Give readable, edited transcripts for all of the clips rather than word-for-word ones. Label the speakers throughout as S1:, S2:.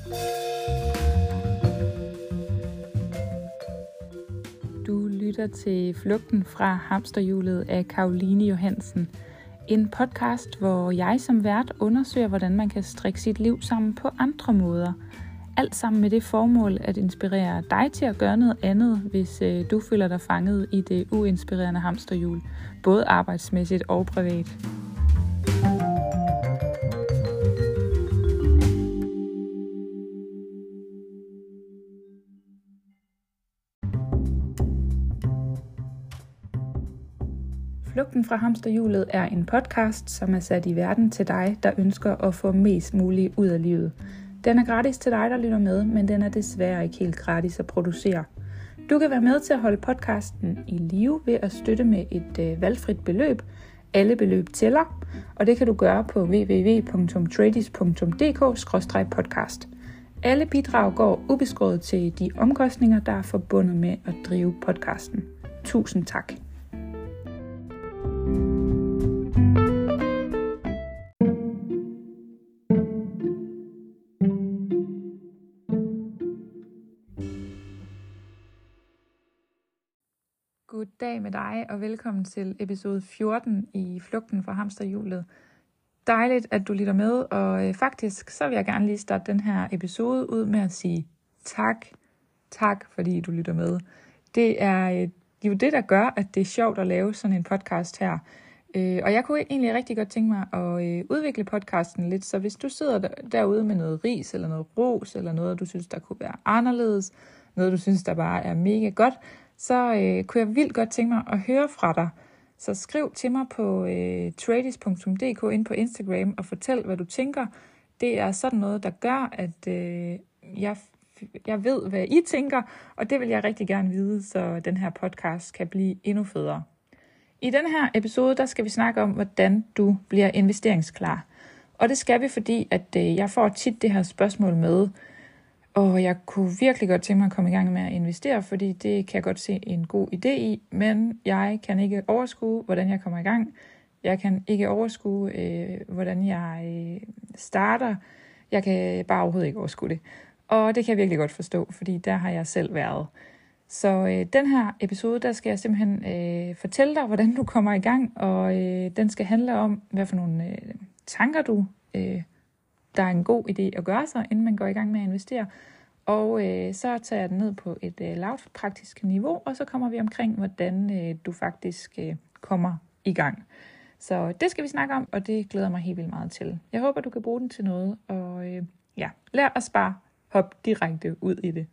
S1: Du lytter til Flugten fra hamsterhjulet af Caroline Johansen. En podcast, hvor jeg som vært undersøger, hvordan man kan strikke sit liv sammen på andre måder. Alt sammen med det formål at inspirere dig til at gøre noget andet, hvis du føler dig fanget i det uinspirerende hamsterhjul, både arbejdsmæssigt og privat. Flugten fra hamsterhjulet er en podcast, som er sat i verden til dig, der ønsker at få mest muligt ud af livet. Den er gratis til dig, der lytter med, men den er desværre ikke helt gratis at producere. Du kan være med til at holde podcasten i live ved at støtte med et valgfrit beløb. Alle beløb tæller, og det kan du gøre på www.tradies.dk/podcast. Alle bidrag går ubeskåret til de omkostninger, der er forbundet med at drive podcasten. Tusind tak. Goddag med dig, og velkommen til episode 14 i Flugten fra hamsterhjulet. Dejligt, at du lytter med, og faktisk så vil jeg gerne lige starte den her episode ud med at sige tak. Tak, fordi du lytter med. Det er jo det, der gør, at det er sjovt at lave sådan en podcast her. Og jeg kunne egentlig rigtig godt tænke mig at udvikle podcasten lidt, så hvis du sidder derude med noget ris eller noget ros, eller noget, du synes, der kunne være anderledes, noget, du synes, der bare er mega godt, så kunne jeg vildt godt tænke mig at høre fra dig. Så skriv til mig på tradies.dk ind på Instagram og fortæl, hvad du tænker. Det er sådan noget, der gør, at jeg ved, hvad I tænker, og det vil jeg rigtig gerne vide, så den her podcast kan blive endnu federe. I den her episode, der skal vi snakke om, hvordan du bliver investeringsklar. Og det skal vi, fordi at jeg får tit det her spørgsmål med, og jeg kunne virkelig godt tænke mig at komme i gang med at investere, fordi det kan jeg godt se en god idé i, men jeg kan ikke overskue, hvordan jeg kommer i gang. Jeg kan ikke overskue, hvordan jeg starter. Jeg kan bare overhovedet ikke overskue det. Og det kan jeg virkelig godt forstå, fordi der har jeg selv været. Så den her episode, der skal jeg simpelthen fortælle dig, hvordan du kommer i gang, og den skal handle om, hvad for nogle tanker du der er en god idé at gøre sig, inden man går i gang med at investere. Og så tager jeg den ned på et lavt praktisk niveau, og så kommer vi omkring, hvordan du faktisk kommer i gang. Så det skal vi snakke om, og det glæder mig helt vildt meget til. Jeg håber, du kan bruge den til noget, og lær at bare hoppe direkte ud i det.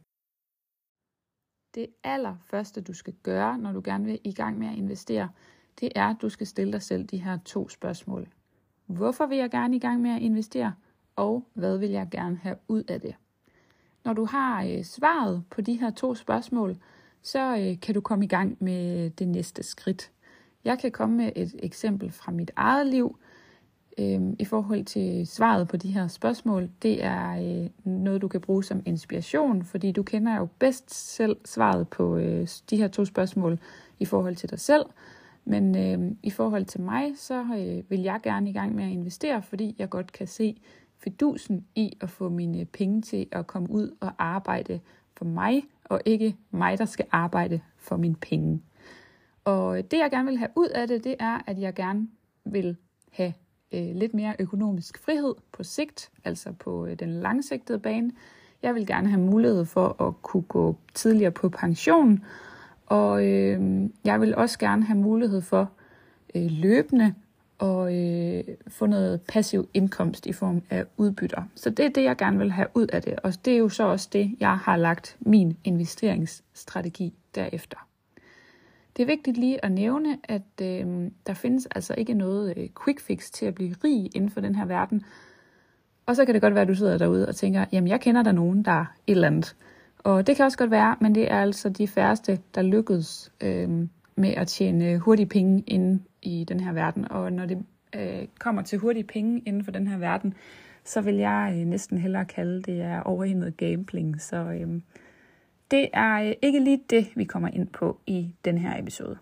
S1: Det allerførste, du skal gøre, når du gerne vil i gang med at investere, det er, at du skal stille dig selv de her 2 spørgsmål. Hvorfor vil jeg gerne i gang med at investere? Og hvad vil jeg gerne have ud af det? Når du har svaret på de her 2 spørgsmål, så kan du komme i gang med det næste skridt. Jeg kan komme med et eksempel fra mit eget liv i forhold til svaret på de her spørgsmål. Det er noget, du kan bruge som inspiration, fordi du kender jo bedst selv svaret på de her 2 spørgsmål i forhold til dig selv. Men i forhold til mig, så vil jeg gerne i gang med at investere, fordi jeg godt kan se fidusen i at få mine penge til at komme ud og arbejde for mig, og ikke mig, der skal arbejde for mine penge. Og det, jeg gerne vil have ud af det, det er, at jeg gerne vil have lidt mere økonomisk frihed på sigt, altså på den langsigtede bane. Jeg vil gerne have mulighed for at kunne gå tidligere på pension, og jeg vil også gerne have mulighed for løbende og få noget passiv indkomst i form af udbytter. Så det er det, jeg gerne vil have ud af det. Og det er jo så også det, jeg har lagt min investeringsstrategi derefter. Det er vigtigt lige at nævne, at der findes altså ikke noget quick fix til at blive rig inden for den her verden. Og så kan det godt være, at du sidder derude og tænker, jamen jeg kender der nogen, der er et eller andet. Og det kan også godt være, men det er altså de færreste, der lykkes med at tjene hurtige penge inde i den her verden. Og når det kommer til hurtige penge inden for den her verden, så vil jeg næsten hellere kalde det er overhændet gambling. Så det er ikke lige det, vi kommer ind på i den her episode.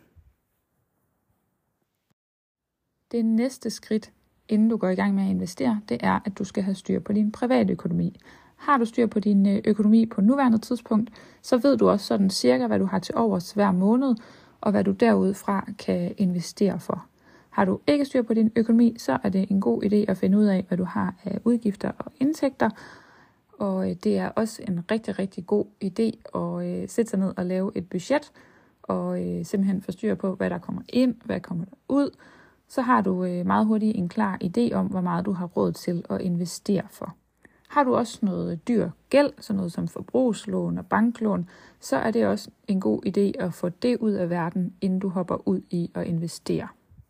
S1: Det næste skridt, inden du går i gang med at investere, det er, at du skal have styr på din private økonomi. Har du styr på din økonomi på nuværende tidspunkt, så ved du også sådan cirka, hvad du har til overs hver måned, og hvad du derudfra kan investere for. Har du ikke styr på din økonomi, så er det en god idé at finde ud af, hvad du har af udgifter og indtægter. Og det er også en rigtig, rigtig god idé at sætte sig ned og lave et budget, og simpelthen få styr på, hvad der kommer ind, hvad kommer der ud. Så har du meget hurtigt en klar idé om, hvor meget du har råd til at investere for. Har du også noget dyr gæld, sådan noget som forbrugslån og banklån, så er det også en god idé at få det ud af verden, inden du hopper ud i at investere.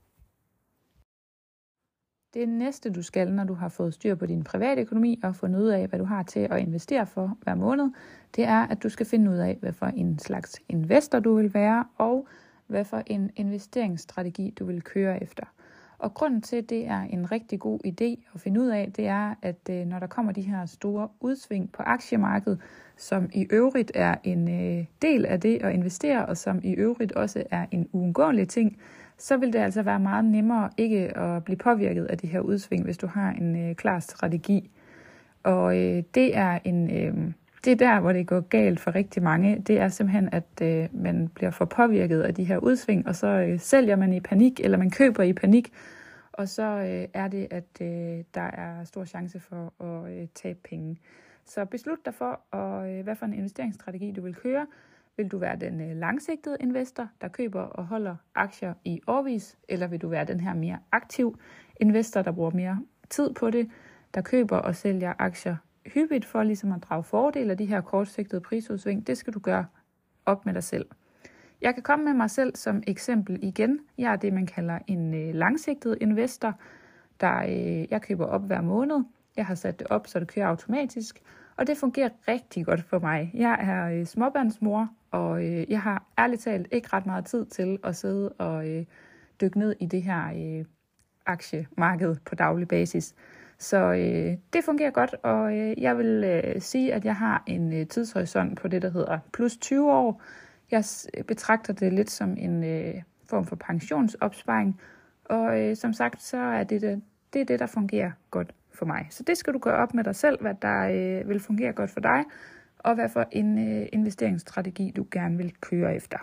S1: Det næste du skal, når du har fået styr på din private økonomi og fundet ud af, hvad du har til at investere for hver måned, det er, at du skal finde ud af, hvad for en slags investor du vil være, og hvad for en investeringsstrategi du vil køre efter. Og grunden til, at det er en rigtig god idé at finde ud af, det er, at når der kommer de her store udsving på aktiemarkedet, som i øvrigt er en del af det at investere, og som i øvrigt også er en uundgåelig ting, så vil det altså være meget nemmere ikke at blive påvirket af de her udsving, hvis du har en klar strategi. Og det er der, hvor det går galt for rigtig mange. Det er simpelthen, at man bliver for påvirket af de her udsving, og så sælger man i panik, eller man køber i panik, og så er det, at der er stor chance for at tabe penge. Så beslut dig for, hvad for en investeringsstrategi du vil køre. Vil du være den langsigtede investor, der køber og holder aktier i årevis, eller vil du være den her mere aktiv investor, der bruger mere tid på det, der køber og sælger aktier hyppigt for ligesom at drage fordel af de her kortsigtede prisudsving? Det skal du gøre op med dig selv. Jeg kan komme med mig selv som eksempel igen. Jeg er det, man kalder en langsigtet investor, jeg køber op hver måned. Jeg har sat det op, så det kører automatisk, og det fungerer rigtig godt for mig. Jeg er småbørnsmor, og jeg har ærligt talt ikke ret meget tid til at sidde og dykke ned i det her aktiemarked på daglig basis. Så det fungerer godt, og jeg vil sige, at jeg har en tidshorisont på det, der hedder plus 20 år. Jeg betragter det lidt som en form for pensionsopsparing, og som sagt, så er det det, der fungerer godt for mig. Så det skal du gøre op med dig selv, hvad der vil fungere godt for dig, og hvad for en investeringsstrategi du gerne vil køre efter.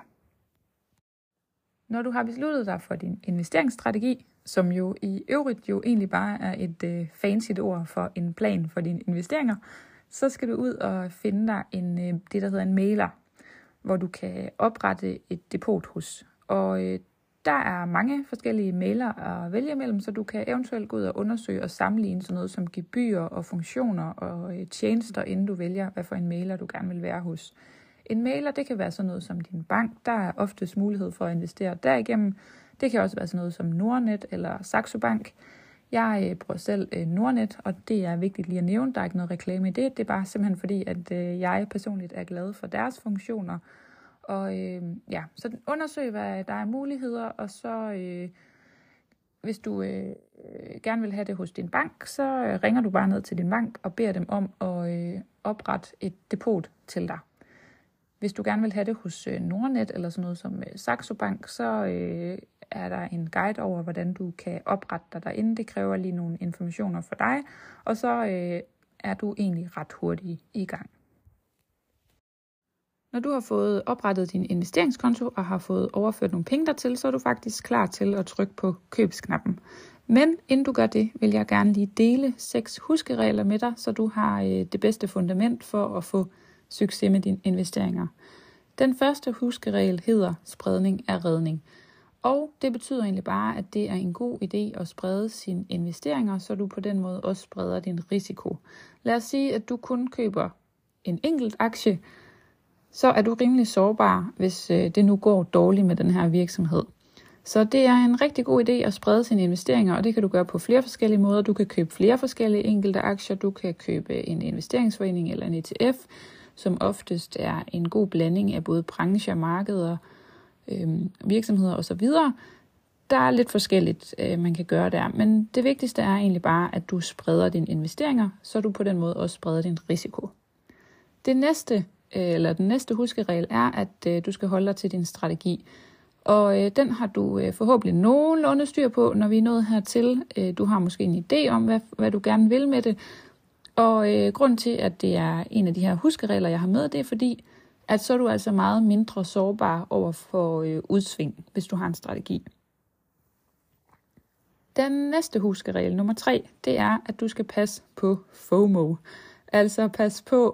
S1: Når du har besluttet dig for din investeringsstrategi, som jo i øvrigt jo egentlig bare er et fancy ord for en plan for dine investeringer, så skal du ud og finde dig det, der hedder en mailer, hvor du kan oprette et depot hos. Og der er mange forskellige mailer at vælge imellem, så du kan eventuelt gå ud og undersøge og sammenligne sådan noget som gebyrer og funktioner og tjenester, inden du vælger, hvad for en mailer du gerne vil være hos. En mailer, det kan være sådan noget som din bank. Der er oftest mulighed for at investere derigennem. Det kan også være sådan noget som Nordnet eller Saxo Bank. Jeg bruger selv Nordnet, og det er vigtigt lige at nævne. Der er ikke noget reklame i det. Det er bare simpelthen fordi, at jeg personligt er glad for deres funktioner. Og så undersøg, hvad der er muligheder, og så hvis du gerne vil have det hos din bank, så ringer du bare ned til din bank og beder dem om at oprette et depot til dig. Hvis du gerne vil have det hos Nordnet eller sådan noget som Saxo Bank, så er der en guide over, hvordan du kan oprette dig derinde. Det kræver lige nogle informationer for dig, og så er du egentlig ret hurtigt i gang. Når du har fået oprettet din investeringskonto og har fået overført nogle penge dertil, så er du faktisk klar til at trykke på købsknappen. Men inden du gør det, vil jeg gerne lige dele 6 huskeregler med dig, så du har det bedste fundament for at få succes med dine investeringer. Den første huskeregel hedder spredning er redning. Og det betyder egentlig bare, at det er en god idé at sprede sine investeringer, så du på den måde også spreder din risiko. Lad os sige, at du kun køber en enkelt aktie, så er du rimelig sårbar, hvis det nu går dårligt med den her virksomhed. Så det er en rigtig god idé at sprede sine investeringer, og det kan du gøre på flere forskellige måder. Du kan købe flere forskellige enkelte aktier, du kan købe en investeringsforening eller en ETF, som oftest er en god blanding af både brancher, markeder, virksomheder osv. Der er lidt forskelligt, man kan gøre der, men det vigtigste er egentlig bare, at du spreder dine investeringer, så du på den måde også spreder din risiko. Den næste huskeregel er, at du skal holde dig til din strategi. Og den har du forhåbentlig nogenlunde styr på, når vi er nået hertil. Du har måske en idé om, hvad du gerne vil med det. Og grund til, at det er en af de her huskeregler, jeg har med, det er fordi, at så er du altså meget mindre sårbar over for udsving, hvis du har en strategi. Den næste huskeregel, nummer 3, det er, at du skal passe på FOMO. Altså pas på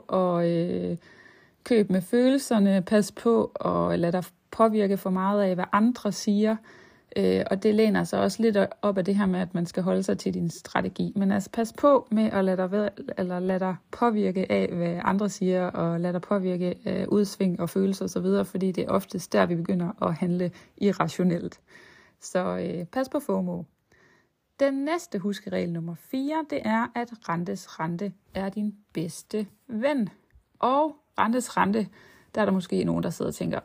S1: at købe med følelserne, pas på at lade dig påvirke for meget af, hvad andre siger. Og det læner sig også lidt op af det her med, at man skal holde sig til din strategi. Men altså pas på med at lade dig påvirke af, hvad andre siger, og lade dig påvirke af udsving og følelser osv., fordi det er oftest der, vi begynder at handle irrationelt. Så pas på FOMO. Den næste huskeregel nummer 4, det er, at rentes rente er din bedste ven. Og rentes rente, der er der måske nogen, der sidder og tænker,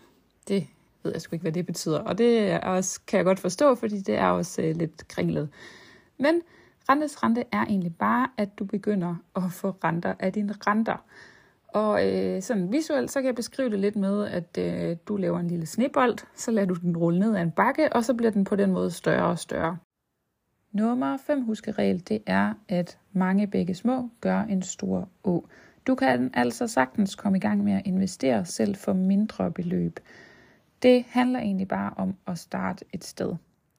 S1: det ved jeg sgu ikke, hvad det betyder. Og det er også, kan jeg godt forstå, fordi det er også lidt kringlet. Men rentes rente er egentlig bare, at du begynder at få renter af dine renter. Og sådan visuelt, så kan jeg beskrive det lidt med, at du laver en lille snebold, så lader du den rulle ned ad en bakke, og så bliver den på den måde større og større. Nummer 5 huskeregel, det er, at mange bække små gør en stor å. Du kan altså sagtens komme i gang med at investere selv for mindre beløb. Det handler egentlig bare om at starte et sted.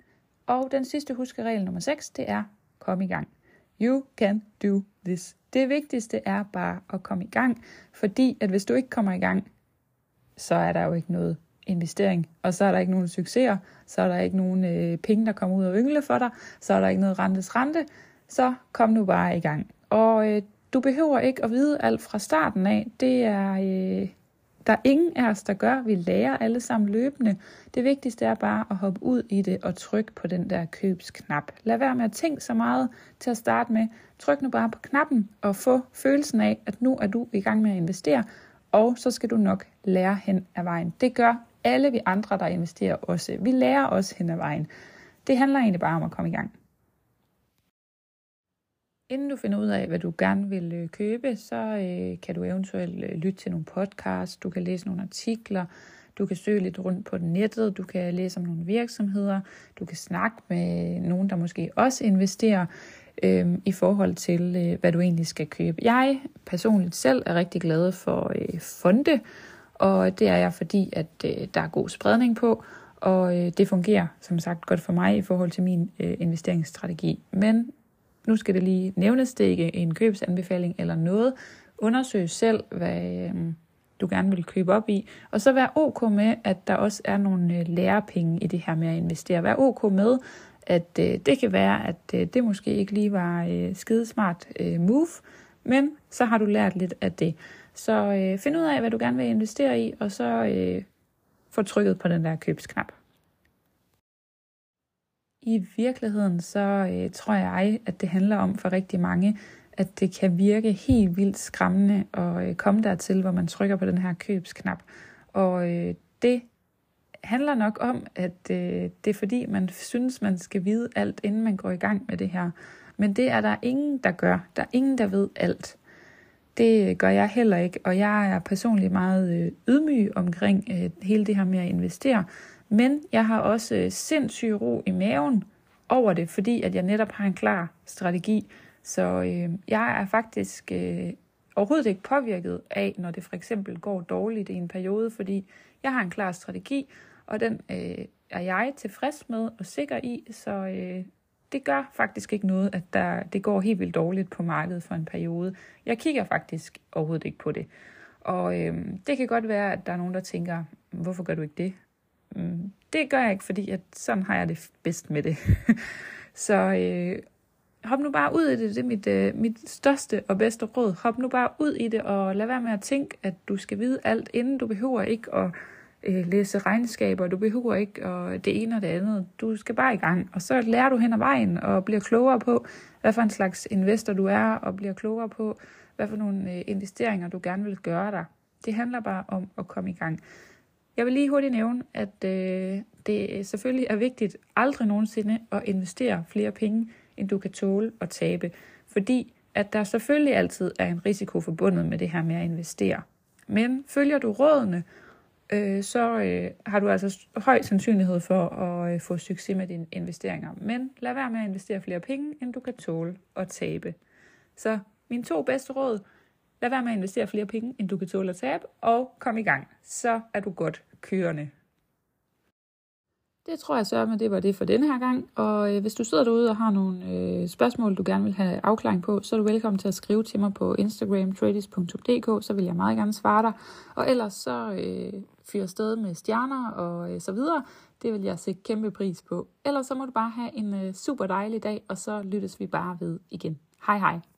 S1: Og den sidste huskeregel nummer 6, det er, kom i gang. You can do this. Det vigtigste er bare at komme i gang, fordi at hvis du ikke kommer i gang, så er der jo ikke noget investering, og så er der ikke nogen succeser, så er der ikke nogen penge, der kommer ud og yngle for dig, så er der ikke noget rentes rente, så kom nu bare i gang. Og du behøver ikke at vide alt fra starten af. Det er der er ingen af os, der gør. Vi lærer alle sammen løbende. Det vigtigste er bare at hoppe ud i det og trykke på den der købsknap. Lad være med at tænke så meget til at starte med. Tryk nu bare på knappen og få følelsen af, at nu er du i gang med at investere, og så skal du nok lære hen ad vejen. Det gør alle vi andre, der investerer også. Vi lærer også hen ad vejen. Det handler egentlig bare om at komme i gang. Inden du finder ud af, hvad du gerne vil købe, så kan du eventuelt lytte til nogle podcasts, du kan læse nogle artikler, du kan søge lidt rundt på nettet, du kan læse om nogle virksomheder, du kan snakke med nogen, der måske også investerer i forhold til, hvad du egentlig skal købe. Jeg personligt selv er rigtig glad for fonde, og det er jeg, fordi at der er god spredning på, og det fungerer som sagt godt for mig i forhold til min investeringsstrategi. Men nu skal det lige nævnes, det ikke en købsanbefaling eller noget. Undersøg selv, hvad du gerne vil købe op i. Og så vær ok med, at der også er nogle lærepenge i det her med at investere. Vær ok med, at det kan være, at det måske ikke lige var skidesmart move, men så har du lært lidt af det. Så find ud af, hvad du gerne vil investere i, og så få trykket på den der købsknap. I virkeligheden så tror jeg, at det handler om for rigtig mange, at det kan virke helt vildt skræmmende at komme dertil, hvor man trykker på den her købsknap. Og det handler nok om, at det er fordi, man synes, man skal vide alt, inden man går i gang med det her. Men det er der ingen, der gør. Der er ingen, der ved alt. Det gør jeg heller ikke, og jeg er personligt meget ydmyg omkring hele det her med at investere. Men jeg har også sindssyg ro i maven over det, fordi at jeg netop har en klar strategi. Så jeg er faktisk overhovedet ikke påvirket af, når det for eksempel går dårligt i en periode, fordi jeg har en klar strategi, og den er jeg tilfreds med og sikker i, så det gør faktisk ikke noget, at det går helt vildt dårligt på markedet for en periode. Jeg kigger faktisk overhovedet ikke på det. Og det kan godt være, at der er nogen, der tænker, hvorfor gør du ikke det? Det gør jeg ikke, fordi at sådan har jeg det bedst med det. Så hop nu bare ud i det. Det er mit største og bedste råd. Hop nu bare ud i det, og lad være med at tænke, at du skal vide alt inden. Du behøver ikke at læse regnskaber. Du behøver ikke det ene og det andet. Du skal bare i gang. Og så lærer du hen ad vejen og bliver klogere på, hvad for en slags investor du er, og bliver klogere på, hvad for nogle investeringer du gerne vil gøre dig. Det handler bare om at komme i gang. Jeg vil lige hurtigt nævne, at det selvfølgelig er vigtigt aldrig nogensinde at investere flere penge, end du kan tåle at tabe. Fordi at der selvfølgelig altid er en risiko forbundet med det her med at investere. Men følger du rådene, så har du altså høj sandsynlighed for at få succes med dine investeringer. Men lad være med at investere flere penge, end du kan tåle at tabe. Så Mine 2 bedste råd: lad være med at investere flere penge, end du kan tåle at tabe, og kom i gang. Så er du godt kørende. Det tror jeg så med, det var det for denne her gang. Og hvis du sidder derude og har nogle spørgsmål, du gerne vil have afklaring på, så er du velkommen til at skrive til mig på Instagram, tradies.dk, så vil jeg meget gerne svare dig. Og ellers så fyr afsted med stjerner og så videre. Det vil jeg sætte kæmpe pris på. Ellers så må du bare have en super dejlig dag, og så lyttes vi bare ved igen. Hej hej.